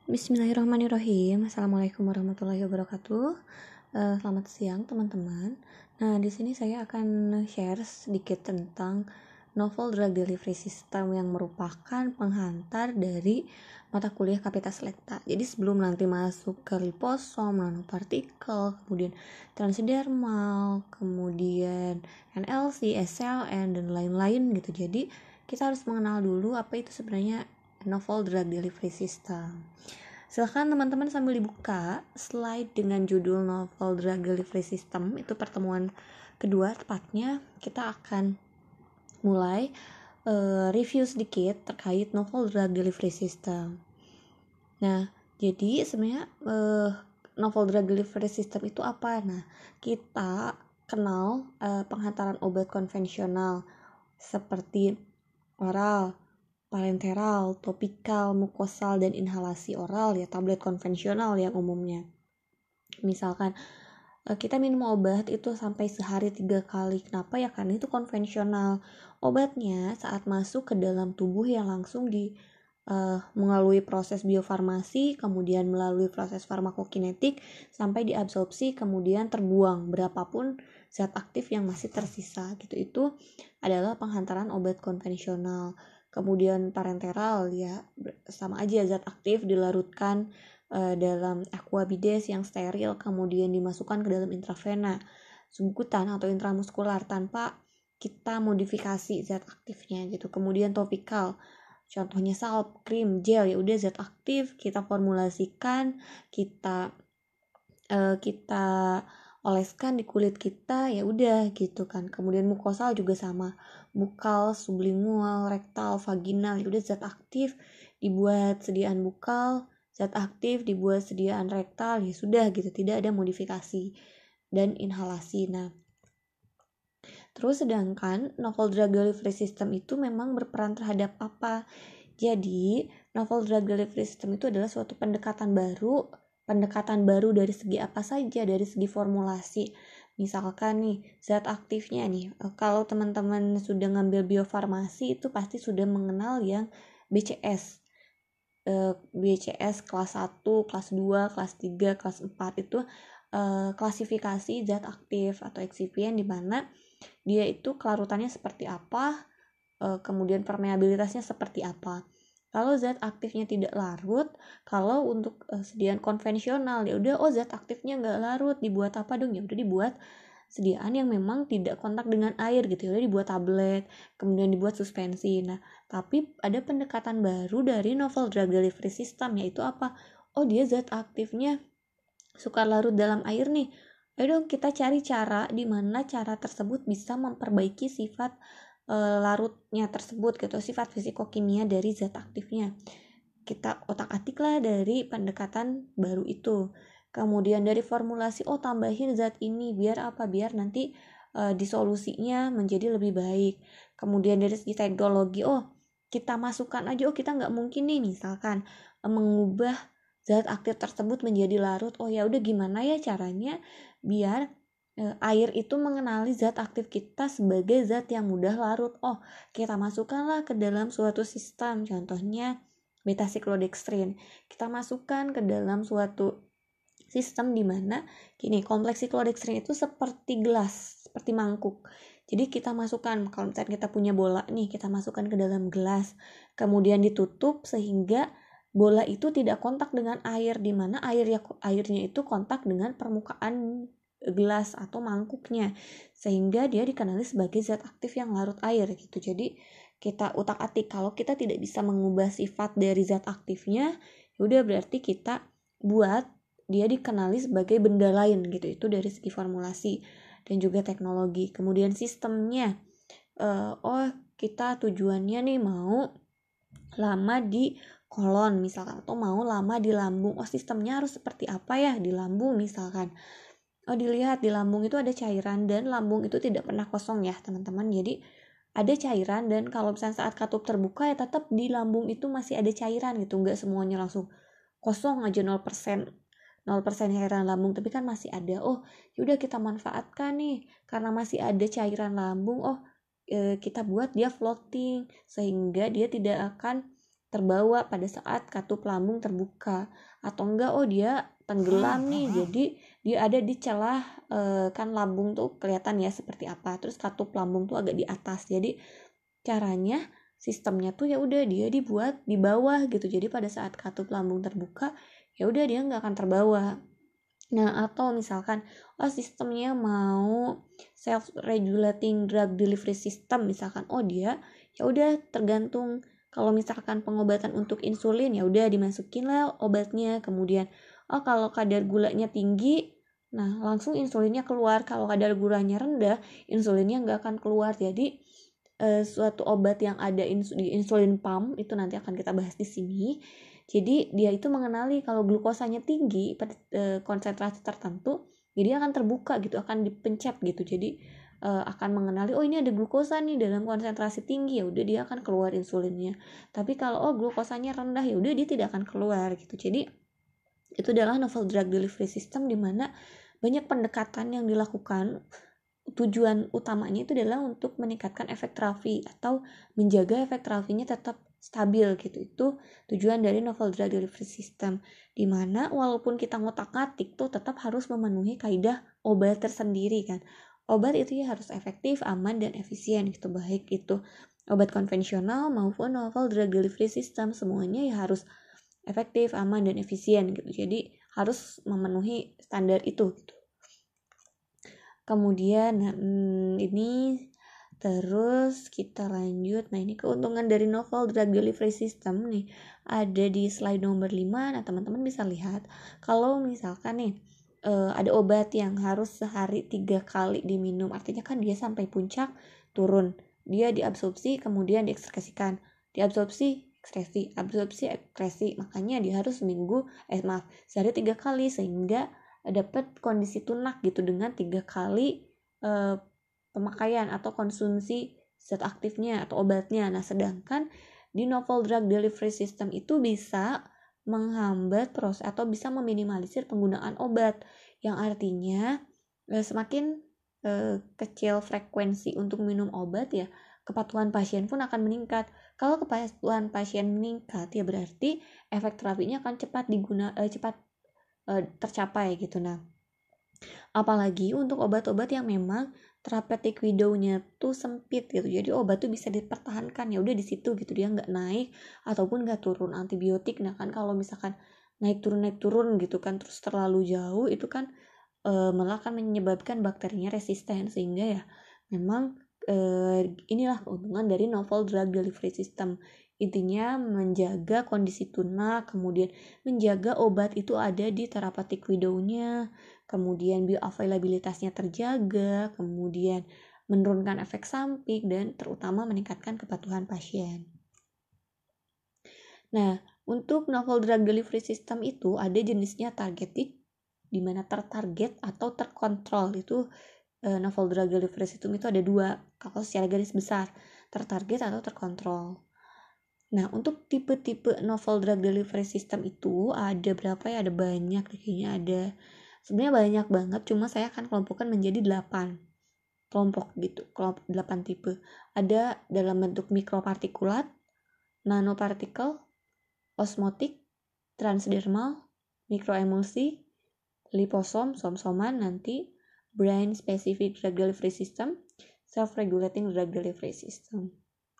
Bismillahirrahmanirrahim. Assalamualaikum warahmatullahi wabarakatuh. Selamat siang teman-teman. Nah, di sini saya akan share sedikit tentang novel drug delivery system yang merupakan penghantar dari mata kuliah Kapita Selekta. Jadi sebelum nanti masuk ke liposom, nanopartikel, kemudian transdermal, kemudian NLC, SLN, dan lain-lain gitu. Jadi kita harus mengenal dulu apa itu sebenarnya novel drug delivery system. Silahkan teman-teman sambil dibuka slide dengan judul novel drug delivery system. Itu pertemuan kedua tepatnya. Kita akan mulai review sedikit terkait novel drug delivery system. Nah, jadi sebenarnya novel drug delivery system itu apa? Nah, kita kenal penghantaran obat konvensional seperti oral, parenteral, topikal, mukosal, dan inhalasi oral, ya tablet konvensional yang umumnya. Misalkan kita minum obat itu sampai sehari 3 kali. Kenapa ya? Karena itu konvensional. Obatnya saat masuk ke dalam tubuh yang langsung melalui proses biofarmasi, kemudian melalui proses farmakokinetik sampai diabsorpsi, kemudian terbuang berapapun zat aktif yang masih tersisa gitu. Itu adalah penghantaran obat konvensional. Kemudian parenteral, ya sama aja, zat aktif dilarutkan dalam aquabides yang steril, kemudian dimasukkan ke dalam intravena, subkutan atau intramuskular tanpa kita modifikasi zat aktifnya gitu. Kemudian topikal, contohnya salep, krim, gel, ya udah zat aktif kita formulasikan, kita oleskan di kulit kita, ya udah gitu kan. Kemudian mukosal juga sama, bukal, sublingual, rektal, vaginal, ya udah zat aktif dibuat sediaan bukal, zat aktif dibuat sediaan rektal, ya sudah gitu, tidak ada modifikasi dan inhalasi. Nah, terus sedangkan novel drug delivery system itu memang berperan terhadap apa? Jadi, novel drug delivery system itu adalah suatu pendekatan baru dari segi apa saja, dari segi formulasi. Misalkan nih, zat aktifnya nih, kalau teman-teman sudah ngambil biofarmasi itu pasti sudah mengenal yang BCS. BCS kelas 1, kelas 2, kelas 3, kelas 4 itu klasifikasi zat aktif atau eksipien di mana dia itu kelarutannya seperti apa, kemudian permeabilitasnya seperti apa. Kalau zat aktifnya tidak larut, kalau untuk sediaan konvensional ya udah zat aktifnya nggak larut, dibuat apa dong? Ya udah dibuat sediaan yang memang tidak kontak dengan air gitu, ya udah dibuat tablet, kemudian dibuat suspensi. Nah, tapi ada pendekatan baru dari novel drug delivery system, yaitu apa? Dia zat aktifnya suka larut dalam air nih. Ayo dong kita cari cara di mana cara tersebut bisa memperbaiki sifat larutnya tersebut gitu, sifat fisikokimia dari zat aktifnya. Kita otak-atiklah dari pendekatan baru itu. Kemudian dari formulasi, tambahin zat ini biar apa? Biar nanti disolusinya menjadi lebih baik. Kemudian dari segi teknologi, kita masukkan aja, kita nggak mungkin nih misalkan mengubah zat aktif tersebut menjadi larut. Ya udah, gimana ya caranya biar air itu mengenali zat aktif kita sebagai zat yang mudah larut. Kita masukkanlah ke dalam suatu sistem, contohnya beta siklodextrin. Kita masukkan ke dalam suatu sistem di mana gini, kompleks siklodextrin itu seperti gelas, seperti mangkuk. Jadi kita masukkan, kalau misalnya kita punya bola nih, kita masukkan ke dalam gelas, kemudian ditutup sehingga bola itu tidak kontak dengan air, di mana airnya itu kontak dengan permukaan gelas atau mangkuknya, sehingga dia dikenali sebagai zat aktif yang larut air gitu. Jadi kita utak-atik, kalau kita tidak bisa mengubah sifat dari zat aktifnya, udah berarti kita buat dia dikenali sebagai benda lain gitu. Itu dari segi formulasi dan juga teknologi. Kemudian sistemnya, kita tujuannya nih mau lama di kolon misalkan, atau mau lama di lambung. Sistemnya harus seperti apa ya di lambung misalkan. Dilihat di lambung itu ada cairan, dan lambung itu tidak pernah kosong ya teman-teman. Jadi ada cairan, dan kalau misalnya saat katup terbuka ya tetap di lambung itu masih ada cairan gitu, nggak semuanya langsung kosong aja 0% cairan lambung, tapi kan masih ada. Yaudah kita manfaatkan nih karena masih ada cairan lambung, kita buat dia floating sehingga dia tidak akan terbawa pada saat katup lambung terbuka, atau enggak dia tenggelam nih, jadi dia ada di celah kan lambung tuh kelihatan ya seperti apa, terus katup lambung tuh agak di atas. Jadi caranya sistemnya tuh ya udah dia dibuat di bawah gitu, jadi pada saat katup lambung terbuka ya udah dia nggak akan terbawa. Nah, atau misalkan sistemnya mau self regulating drug delivery system, misalkan dia ya udah tergantung, kalau misalkan pengobatan untuk insulin ya udah dimasukin lah obatnya, kemudian kalau kadar gulanya tinggi, nah langsung insulinnya keluar, kalau kadar gulanya rendah insulinnya nggak akan keluar. Jadi suatu obat yang ada di insulin pump itu nanti akan kita bahas di sini. Jadi dia itu mengenali kalau glukosanya tinggi pada konsentrasi tertentu, jadi akan terbuka gitu, akan dipencet gitu. Jadi akan mengenali ini ada glukosa nih dalam konsentrasi tinggi, ya udah dia akan keluar insulinnya. Tapi kalau glukosanya rendah ya udah dia tidak akan keluar gitu. Jadi itu adalah novel drug delivery system, di mana banyak pendekatan yang dilakukan. Tujuan utamanya itu adalah untuk meningkatkan efek terapi atau menjaga efek terapinya tetap stabil gitu. Itu tujuan dari novel drug delivery system, dimana walaupun kita ngotak-ngatik tuh tetap harus memenuhi kaidah obat tersendiri kan. Obat itu ya harus efektif, aman, dan efisien gitu, baik itu obat konvensional maupun novel drug delivery system, semuanya ya harus efektif, aman, dan efisien gitu. Jadi harus memenuhi standar itu gitu. Kemudian ini terus kita lanjut. Nah, ini keuntungan dari novel drug delivery system nih ada di slide nomor 5. Nah, teman-teman bisa lihat kalau misalkan nih ada obat yang harus sehari 3 kali diminum, artinya kan dia sampai puncak turun, dia diabsorpsi kemudian diekskresikan, diabsorpsi ekskresi, absorpsi ekskresi, makanya dia harus sehari 3 kali, sehingga dapat kondisi tunak gitu dengan 3 kali pemakaian atau konsumsi zat aktifnya atau obatnya. Nah, sedangkan di novel drug delivery system itu bisa menghambat proses atau bisa meminimalisir penggunaan obat, yang artinya semakin kecil frekuensi untuk minum obat ya kepatuhan pasien pun akan meningkat. Kalau kepatuhan pasien meningkat ya berarti efek terapinya akan cepat tercapai gitu. Nah, apalagi untuk obat-obat yang memang therapeutic window-nya tuh sempit gitu, jadi obat tuh bisa dipertahankan ya udah di situ gitu, dia nggak naik ataupun nggak turun. Antibiotik, nah kan kalau misalkan naik turun gitu kan, terus terlalu jauh itu kan malah akan menyebabkan bakterinya resisten, sehingga ya memang inilah keuntungan dari novel drug delivery system. Intinya menjaga kondisi tunak, kemudian menjaga obat itu ada di therapeutic window-nya, kemudian bioavailabilitasnya terjaga, kemudian menurunkan efek samping, dan terutama meningkatkan kepatuhan pasien. Nah, untuk novel drug delivery system itu ada jenisnya targeted, di mana tertarget atau terkontrol. Itu novel drug delivery system itu ada 2 kalau secara garis besar, tertarget atau terkontrol. Nah, untuk tipe-tipe novel drug delivery system itu ada berapa ya? Ada banyak, kayaknya ada. Sebenarnya banyak banget, cuma saya akan kelompokkan menjadi 8 kelompok gitu, kelompok 8 tipe. Ada dalam bentuk mikropartikulat, nanopartikel, osmotik, transdermal, mikroemulsi, liposom, som-soman nanti, brain specific drug delivery system, self-regulating drug delivery system.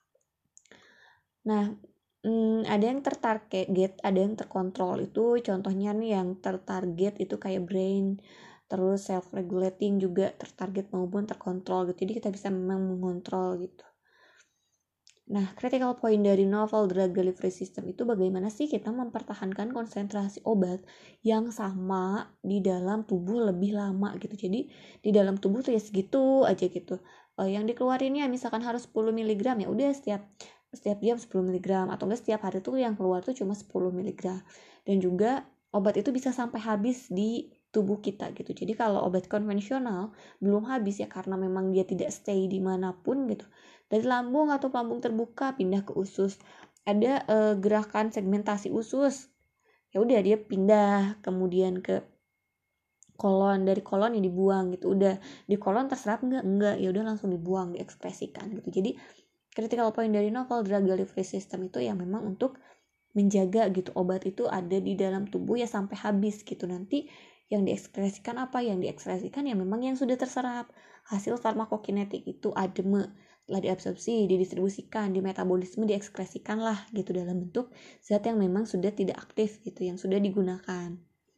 Nah, ada yang tertarget, ada yang terkontrol. Itu contohnya nih, yang tertarget itu kayak brain, terus self-regulating juga tertarget maupun terkontrol gitu. Jadi kita bisa memang mengontrol gitu. Nah, critical point dari novel drug delivery system itu bagaimana sih kita mempertahankan konsentrasi obat yang sama di dalam tubuh lebih lama gitu. Jadi di dalam tubuh tuh ya segitu aja gitu. Yang dikeluarinnya misalkan harus 10 mg, ya udah setiap jam 10 mg, atau enggak setiap hari tuh yang keluar tuh cuma 10 mg. Dan juga obat itu bisa sampai habis di tubuh kita gitu. Jadi kalau obat konvensional belum habis ya karena memang dia tidak stay dimanapun gitu, dari lambung atau lambung terbuka pindah ke usus, ada gerakan segmentasi usus, ya udah dia pindah kemudian ke kolon, dari kolon ya dibuang gitu. Udah di kolon terserap enggak ya udah langsung dibuang, diekspresikan gitu. Jadi critical point dari novel drug delivery system itu ya memang untuk menjaga gitu obat itu ada di dalam tubuh ya sampai habis gitu. Nanti yang diekspresikan apa? Yang diekspresikan ya memang yang sudah terserap. Hasil farmakokinetik itu ademe, setelah diabsorpsi, didistribusikan, di metabolisme, diekspresikan lah gitu dalam bentuk zat yang memang sudah tidak aktif gitu, yang sudah digunakan.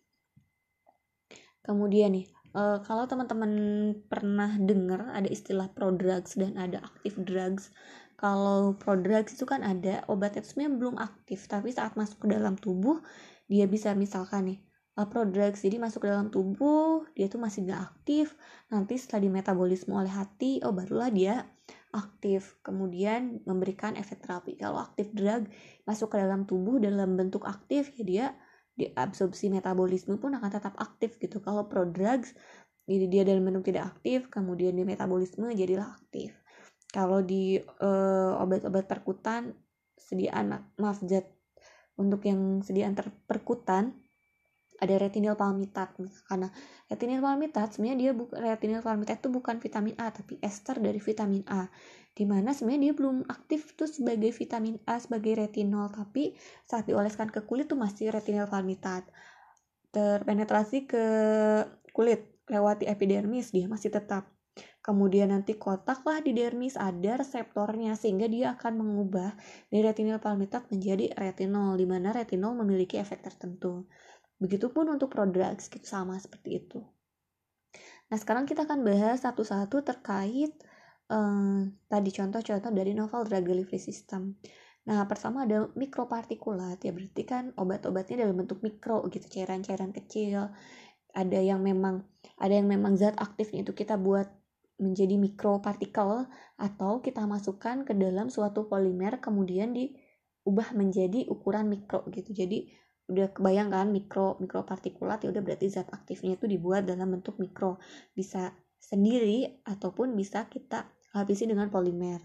Kemudian nih, kalau teman-teman pernah dengar ada istilah prodrugs dan ada active drugs. Kalau prodrugs itu kan ada obatnya itu sebenarnya belum aktif, tapi saat masuk ke dalam tubuh dia bisa misalkan nih prodrugs, jadi masuk ke dalam tubuh dia tuh masih gak aktif, nanti setelah dimetabolisme oleh hati, barulah dia aktif, kemudian memberikan efek terapi. Kalau active drug masuk ke dalam tubuh dalam bentuk aktif ya dia diabsorpsi metabolisme pun akan tetap aktif gitu. Kalau prodrugs jadi dia dalam bentuk tidak aktif, kemudian di metabolisme jadilah aktif. Kalau di obat-obat perkutan sediaan zat untuk yang sediaan perkutan ada retinil palmitat karena retinil palmitat sebenarnya retinil palmitat itu bukan vitamin A tapi ester dari vitamin A, dimana sebenarnya dia belum aktif tuh sebagai vitamin A sebagai retinol, tapi saat dioleskan ke kulit tuh masih retinil palmitat terpenetrasi ke kulit lewati epidermis, dia masih tetap. Kemudian nanti kotak lah di dermis ada reseptornya sehingga dia akan mengubah dari retinil palmitat menjadi retinol, di mana retinol memiliki efek tertentu. Begitupun untuk prodrugs gitu, sama seperti itu. Nah sekarang kita akan bahas satu-satu terkait tadi contoh-contoh dari novel drug delivery system. Nah pertama ada mikropartikulat, ya berarti kan obat-obatnya dalam bentuk mikro gitu, cairan-cairan kecil. Ada yang memang zat aktifnya itu kita buat menjadi mikropartikel atau kita masukkan ke dalam suatu polimer kemudian diubah menjadi ukuran mikro gitu. Jadi udah kebayang kan mikropartikulat, ya udah berarti zat aktifnya itu dibuat dalam bentuk mikro, bisa sendiri ataupun bisa kita lapisi dengan polimer.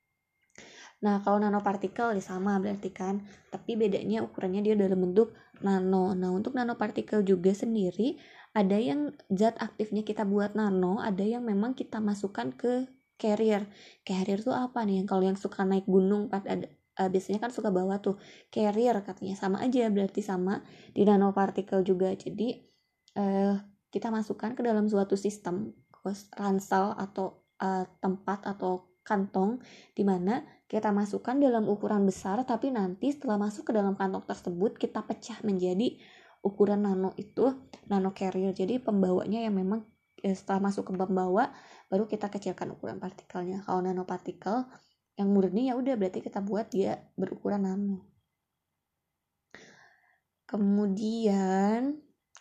Nah kalau nanopartikel ya sama berarti kan, tapi bedanya ukurannya dia dalam bentuk nano. Nah untuk nanopartikel juga sendiri ada yang zat aktifnya kita buat nano, ada yang memang kita masukkan ke carrier. Carrier tuh apa nih? Kalau yang suka naik gunung biasanya kan suka bawa tuh carrier, katanya sama aja berarti sama di nanopartikel juga. Jadi kita masukkan ke dalam suatu sistem ransel atau tempat atau kantong di mana kita masukkan dalam ukuran besar, tapi nanti setelah masuk ke dalam kantong tersebut kita pecah menjadi ukuran nano, itu nano carrier. Jadi pembawanya yang memang setelah masuk ke pembawa baru kita kecilkan ukuran partikelnya. Kalau nanopartikel yang murni ya udah berarti kita buat dia berukuran nano. Kemudian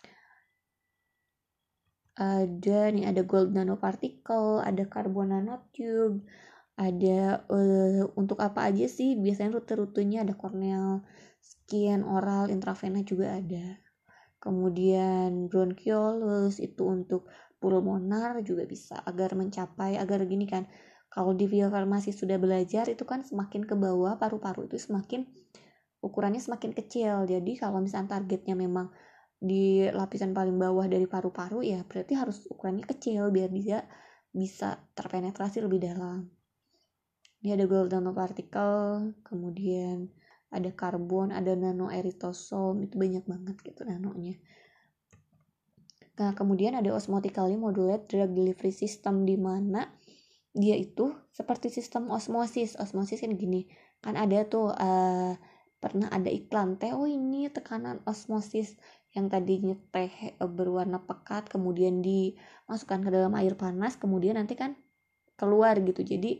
ada gold nanoparticle, ada carbon nanotube, ada untuk apa aja sih biasanya rute-rutenya, ada corneal, skin, oral, intravena juga ada. Kemudian bronchiolus itu untuk pulmonar juga bisa, agar gini kan, kalau di biofarmasi sudah belajar itu kan semakin ke bawah paru-paru itu semakin ukurannya semakin kecil. Jadi kalau misalnya targetnya memang di lapisan paling bawah dari paru-paru ya berarti harus ukurannya kecil biar dia bisa terpenetrasi lebih dalam. Ini ada gold nanoparticle, kemudian ada karbon, ada nanoeritosom, itu banyak banget gitu nanonya. Nah kemudian ada osmotically modulated drug delivery system, di mana dia itu seperti sistem osmosis kan gini kan, ada tuh pernah ada iklan teh, ini tekanan osmosis yang tadinya teh berwarna pekat kemudian dimasukkan ke dalam air panas, kemudian nanti kan keluar gitu, jadi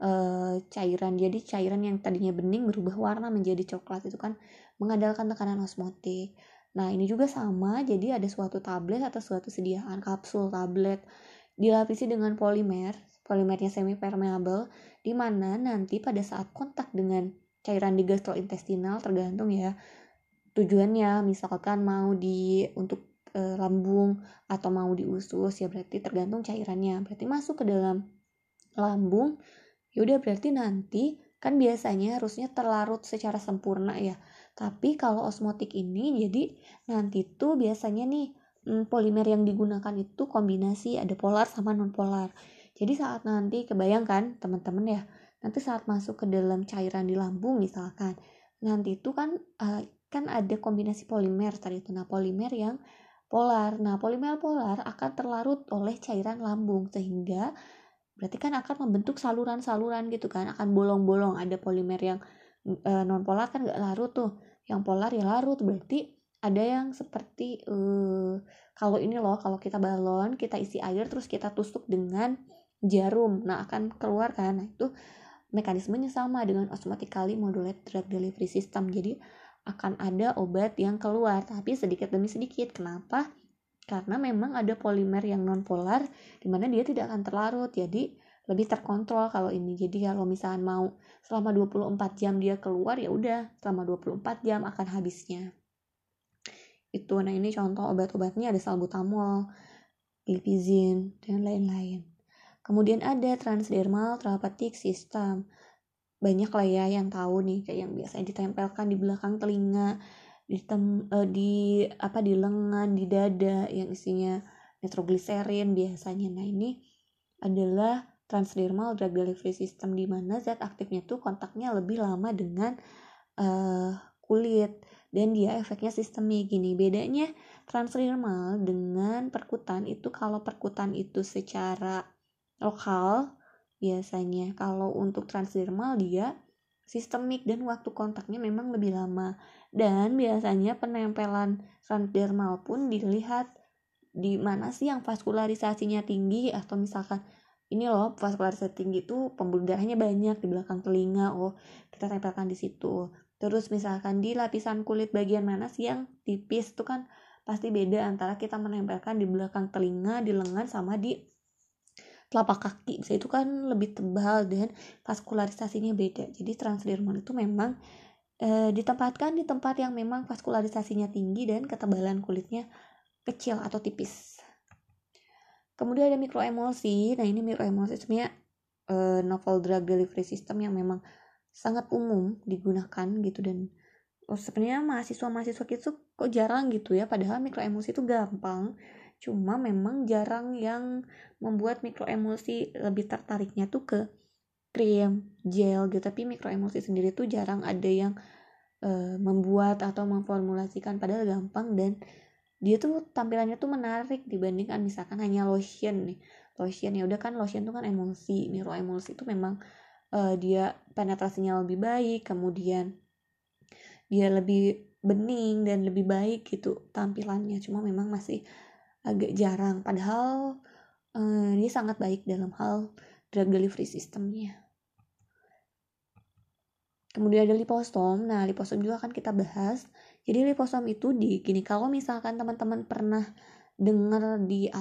cairan yang tadinya bening berubah warna menjadi coklat, itu kan mengandalkan tekanan osmotik. Nah ini juga sama, jadi ada suatu tablet atau suatu sediaan kapsul tablet dilapisi dengan polimernya semi permeable, di mana nanti pada saat kontak dengan cairan di gastrointestinal, tergantung ya tujuannya, misalkan mau untuk lambung atau mau di usus ya berarti tergantung cairannya, berarti masuk ke dalam lambung yaudah berarti nanti kan biasanya harusnya terlarut secara sempurna ya, tapi kalau osmotik ini jadi nanti tuh biasanya nih polimer yang digunakan itu kombinasi ada polar sama non polar. Jadi saat nanti kebayangkan teman-teman ya, nanti saat masuk ke dalam cairan di lambung misalkan, nanti itu kan ada kombinasi polimer tadi itu. Nah, polimer yang polar. Nah, polimer polar akan terlarut oleh cairan lambung, sehingga berarti kan akan membentuk saluran-saluran gitu kan, akan bolong-bolong. Ada polimer yang non polar kan nggak larut tuh, yang polar ya larut. Berarti ada yang seperti kalau ini loh, kalau kita balon, kita isi air terus kita tusuk dengan jarum, nah akan keluar kan. Nah, itu mekanismenya sama dengan osmotically modulated drug delivery system. Jadi akan ada obat yang keluar, tapi sedikit demi sedikit. Kenapa? Karena memang ada polimer yang non polar di mana dia tidak akan terlarut, jadi lebih terkontrol kalau ini. Jadi kalau misalnya mau selama 24 jam dia keluar, ya udah selama 24 jam akan habisnya. Itu. Nah, ini contoh obat-obatnya, ada salbutamol, glipizin, dan lain-lain. Kemudian ada transdermal therapeutic system. Banyak lah ya yang tahu nih, kayak yang biasanya ditempelkan di belakang telinga, di lengan, di dada, yang isinya nitrogliserin biasanya. Nah, ini adalah transdermal drug delivery system, di mana zat aktifnya tuh kontaknya lebih lama dengan kulit, dan dia efeknya sistemik. Gini bedanya transdermal dengan perkutan itu, kalau perkutan itu secara lokal biasanya, kalau untuk transdermal dia sistemik dan waktu kontaknya memang lebih lama. Dan biasanya penempelan transdermal pun dilihat di mana sih yang vaskularisasinya tinggi, atau misalkan ini loh vaskularisasi tinggi itu pembuluh darahnya banyak di belakang telinga, kita tempelkan di situ. Terus misalkan di lapisan kulit bagian mana sih yang tipis, itu kan pasti beda antara kita menempelkan di belakang telinga, di lengan, sama di telapak kaki. Bisa itu kan lebih tebal dan vaskularisasinya beda. Jadi transdermal itu memang ditempatkan di tempat yang memang vaskularisasinya tinggi dan ketebalan kulitnya kecil atau tipis. Kemudian ada mikroemulsi. Nah, ini mikroemulsi sebenarnya novel drug delivery system yang memang sangat umum digunakan gitu. Dan sebenarnya mahasiswa itu kok jarang gitu ya, padahal mikroemulsi itu gampang. Cuma memang jarang yang membuat mikroemulsi, lebih tertariknya tuh ke krim, gel gitu. Tapi mikroemulsi sendiri tuh jarang ada yang membuat atau memformulasikan, padahal gampang dan dia tuh tampilannya tuh menarik dibandingkan misalkan hanya lotion nih. Lotion ya udah kan, lotion tuh kan emulsi. Mikroemulsi itu memang dia penetrasinya lebih baik, kemudian dia lebih bening dan lebih baik gitu tampilannya. Cuma memang masih agak jarang, padahal dia sangat baik dalam hal drug delivery systemnya. Kemudian ada liposom. Nah, liposom juga akan kita bahas. Jadi liposom itu gini, kalau misalkan teman-teman pernah dengar di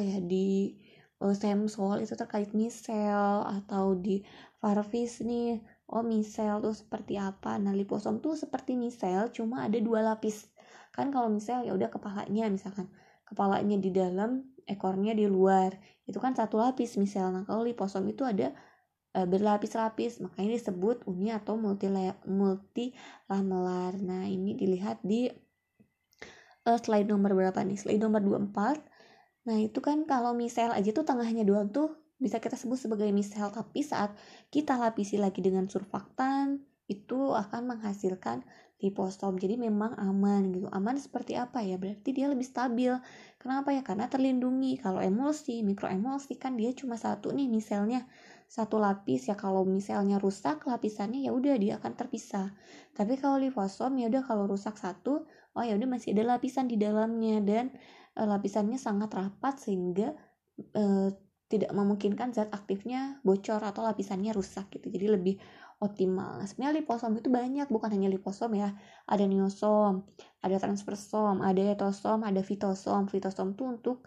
Semsol itu terkait misel, atau di Farvis nih, misel tuh seperti apa. Nah, liposom tuh seperti misel, cuma ada 2 lapis. Kan kalau misel ya udah kepalanya, misalkan kepalanya di dalam, ekornya di luar. Itu kan 1 lapis misel. Nah, kalau liposom itu ada berlapis-lapis, makanya disebut uni atau multilamelar. Nah, ini dilihat di slide nomor berapa nih? Slide nomor 24. Nah, itu kan kalau misel aja tuh tengahnya doang tuh bisa kita sebut sebagai misel, tapi saat kita lapisi lagi dengan surfaktan, itu akan menghasilkan liposom. Jadi memang aman gitu. Aman seperti apa ya? Berarti dia lebih stabil. Kenapa ya? Karena terlindungi. Kalau emulsi, mikroemulsi kan dia cuma satu nih miselnya, 1 lapis ya. Kalau misalnya rusak lapisannya, ya udah dia akan terpisah. Tapi kalau liposom ya udah, kalau rusak satu, ya udah masih ada lapisan di dalamnya, dan lapisannya sangat rapat sehingga tidak memungkinkan zat aktifnya bocor atau lapisannya rusak gitu. Jadi lebih optimal. Nah, sebenarnya liposom itu banyak, bukan hanya liposom ya. Ada neosom, ada transfersom, ada etosom, ada fitosom. Fitosom itu untuk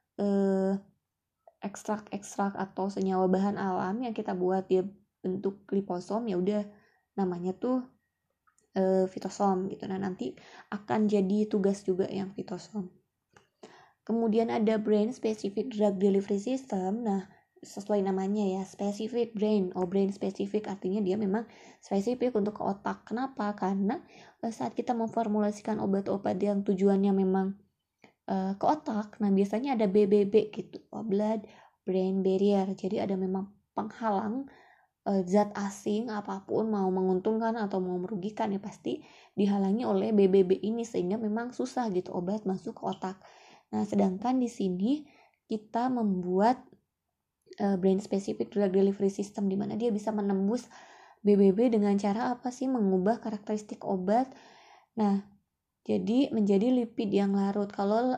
ekstrak-ekstrak atau senyawa bahan alam yang kita buat dia bentuk liposom, ya udah namanya tuh fitosom gitu. Nah, nanti akan jadi tugas juga yang fitosom. Kemudian ada brain specific drug delivery system. Nah, sesuai namanya ya, specific brain. Brain specific artinya dia memang spesifik untuk ke otak. Kenapa? Karena saat kita memformulasikan obat-obat yang tujuannya memang ke otak, nah biasanya ada BBB gitu, blood brain barrier. Jadi ada memang penghalang zat asing apapun, mau menguntungkan atau mau merugikan, ya pasti dihalangi oleh BBB ini, sehingga memang susah gitu obat masuk ke otak. Nah, sedangkan di sini kita membuat brain specific drug delivery system, di mana dia bisa menembus BBB dengan cara apa sih? Mengubah karakteristik obat. Nah, jadi menjadi lipid yang larut. Kalau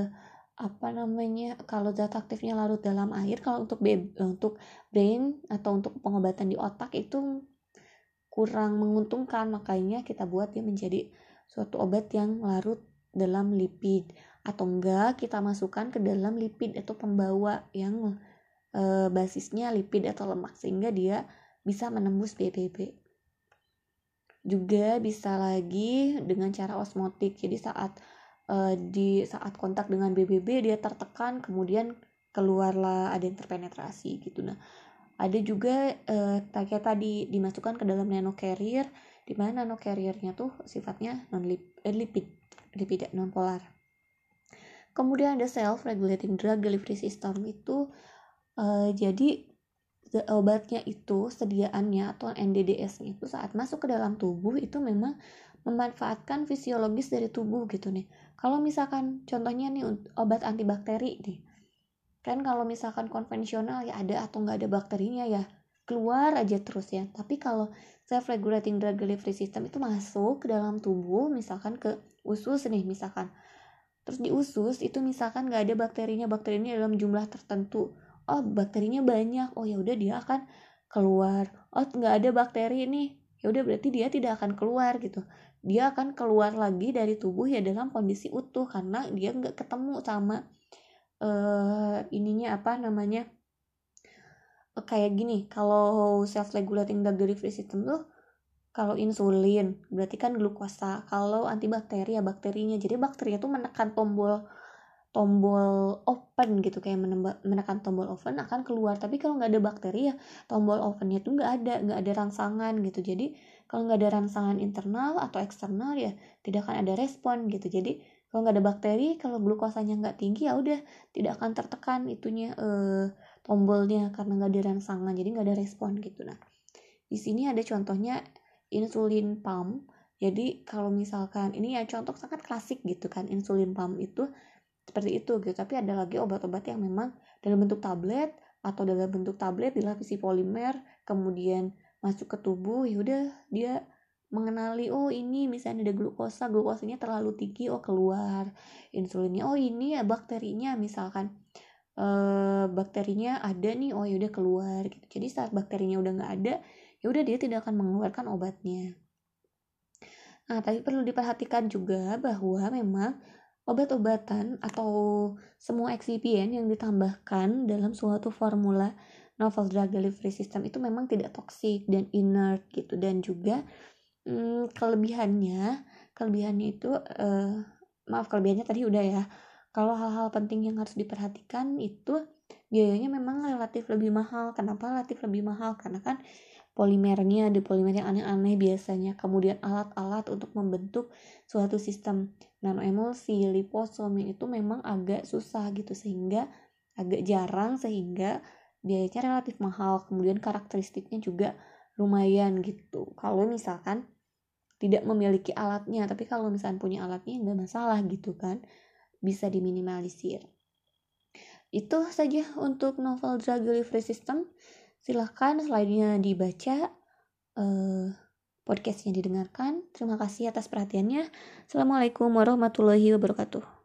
kalau zat aktifnya larut dalam air, kalau untuk brain atau untuk pengobatan di otak itu kurang menguntungkan, makanya kita buat dia menjadi suatu obat yang larut dalam lipid, atau enggak kita masukkan ke dalam lipid atau pembawa yang basisnya lipid atau lemak, sehingga dia bisa menembus BBB. Juga bisa lagi dengan cara osmotik, jadi saat kontak dengan BBB dia tertekan, kemudian keluarlah, ada yang terpenetrasi gitu. Nah, ada juga kayak tadi dimasukkan ke dalam nanocarrier, di mana nanocarriernya tuh sifatnya lipid non polar. Kemudian ada self regulating drug delivery system, itu jadi obatnya itu sediaannya atau NDDS-nya itu saat masuk ke dalam tubuh itu memang memanfaatkan fisiologis dari tubuh gitu nih. Kalau misalkan contohnya nih obat antibakteri nih, kan kalau misalkan konvensional ya ada atau nggak ada bakterinya ya keluar aja terus ya. Tapi kalau self regulating drug delivery system itu masuk ke dalam tubuh, misalkan ke usus nih misalkan, terus di usus itu misalkan nggak ada bakterinya dalam jumlah tertentu, oh bakterinya banyak, oh ya udah dia akan keluar. Oh nggak ada bakteri nih, ya udah berarti dia tidak akan keluar gitu, dia akan keluar lagi dari tubuh ya dalam kondisi utuh, karena dia nggak ketemu sama kayak gini. Kalau self regulating drug delivery system tuh, kalau insulin berarti kan glukosa, kalau antibakteri ya bakterinya. Jadi bakterinya tuh menekan tombol open gitu, kayak menekan tombol open akan keluar. Tapi kalau nggak ada bakteri ya tombol opennya tuh nggak ada rangsangan gitu. Jadi kalau nggak ada rangsangan internal atau eksternal ya tidak akan ada respon gitu. Jadi kalau nggak ada bakteri, kalau glukosanya nggak tinggi ya udah tidak akan tertekan itunya tombolnya, karena nggak ada rangsangan, jadi nggak ada respon gitu. Nah, di sini ada contohnya insulin pump. Jadi kalau misalkan ini ya contoh sangat klasik gitu kan, insulin pump itu seperti itu gitu. Tapi ada lagi obat-obat yang memang dalam bentuk tablet atau dalam bentuk tablet dilapisi polimer, kemudian masuk ke tubuh, ya udah dia mengenali, oh ini misalnya ada glukosanya terlalu tinggi, oh keluar insulinnya. Oh ini ya bakterinya, misalkan bakterinya ada nih, oh ya udah keluar gitu. Jadi saat bakterinya udah nggak ada, ya udah dia tidak akan mengeluarkan obatnya. Nah, tapi perlu diperhatikan juga bahwa memang obat-obatan atau semua excipient yang ditambahkan dalam suatu formula novel drug delivery system itu memang tidak toksik dan inert gitu. Dan juga kelebihannya itu kelebihannya tadi udah ya. Kalau hal-hal penting yang harus diperhatikan itu biayanya memang relatif lebih mahal. Kenapa relatif lebih mahal? Karena kan polimernya ada polimer yang aneh-aneh biasanya, kemudian alat-alat untuk membentuk suatu sistem nanoemulsi, liposom yang itu memang agak susah gitu, sehingga agak jarang, sehingga biayanya relatif mahal. Kemudian karakteristiknya juga lumayan gitu kalau misalkan tidak memiliki alatnya. Tapi kalau misalkan punya alatnya nggak masalah gitu kan, bisa diminimalisir. Itu saja untuk novel drug delivery system. Silahkan slide-nya dibaca, podcastnya didengarkan. Terima kasih atas perhatiannya. Assalamualaikum warahmatullahi wabarakatuh.